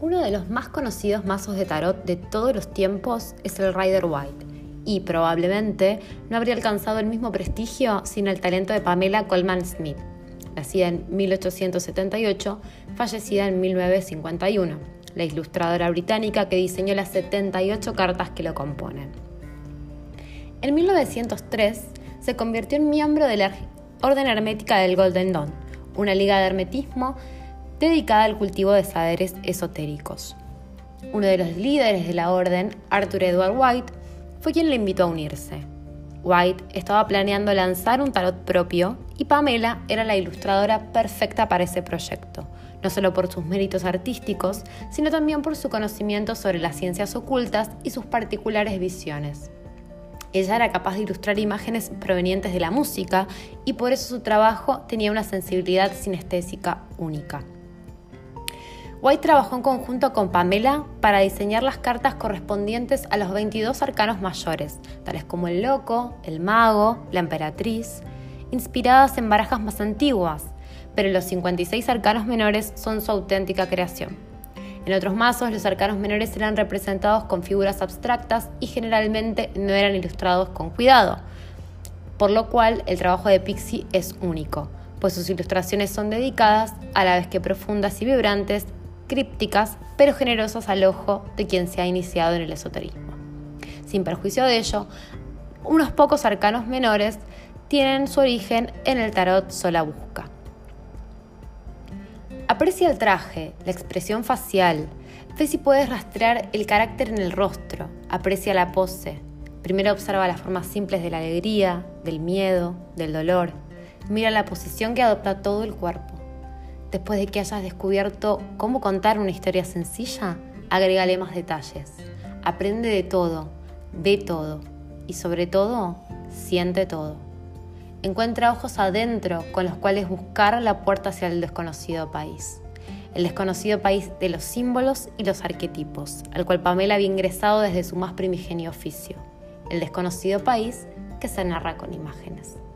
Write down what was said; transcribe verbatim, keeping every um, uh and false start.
Uno de los más conocidos mazos de tarot de todos los tiempos es el Rider-Waite, y probablemente no habría alcanzado el mismo prestigio sin el talento de Pamela Colman Smith, nacida en mil ochocientos setenta y ocho, fallecida en mil novecientos cincuenta y uno, la ilustradora británica que diseñó las setenta y ocho cartas que lo componen. En mil novecientos tres se convirtió en miembro de la Orden Hermética del Golden Dawn, una liga de hermetismo dedicada al cultivo de saberes esotéricos. Uno de los líderes de la orden, Arthur Edward White, fue quien le invitó a unirse. White estaba planeando lanzar un tarot propio y Pamela era la ilustradora perfecta para ese proyecto, no solo por sus méritos artísticos, sino también por su conocimiento sobre las ciencias ocultas y sus particulares visiones. Ella era capaz de ilustrar imágenes provenientes de la música y por eso su trabajo tenía una sensibilidad sinestésica única. White trabajó en conjunto con Pamela para diseñar las cartas correspondientes a los veintidós arcanos mayores, tales como el loco, el mago, la emperatriz, inspiradas en barajas más antiguas, pero los cincuenta y seis arcanos menores son su auténtica creación. En otros mazos, los arcanos menores eran representados con figuras abstractas y generalmente no eran ilustrados con cuidado, por lo cual el trabajo de Pixie es único, pues sus ilustraciones son dedicadas, a la vez que profundas y vibrantes, crípticas, pero generosas al ojo de quien se ha iniciado en el esoterismo. Sin perjuicio de ello, unos pocos arcanos menores tienen su origen en el tarot Solabusca. Aprecia el traje, la expresión facial, ve si puedes rastrear el carácter en el rostro, aprecia la pose. Primero observa las formas simples de la alegría, del miedo, del dolor. Mira la posición que adopta todo el cuerpo. Después de que hayas descubierto cómo contar una historia sencilla, agrégale más detalles. Aprende de todo, ve todo y sobre todo, siente todo. Encuentra ojos adentro con los cuales buscar la puerta hacia el desconocido país. El desconocido país de los símbolos y los arquetipos, al cual Pamela había ingresado desde su más primigenio oficio. El desconocido país que se narra con imágenes.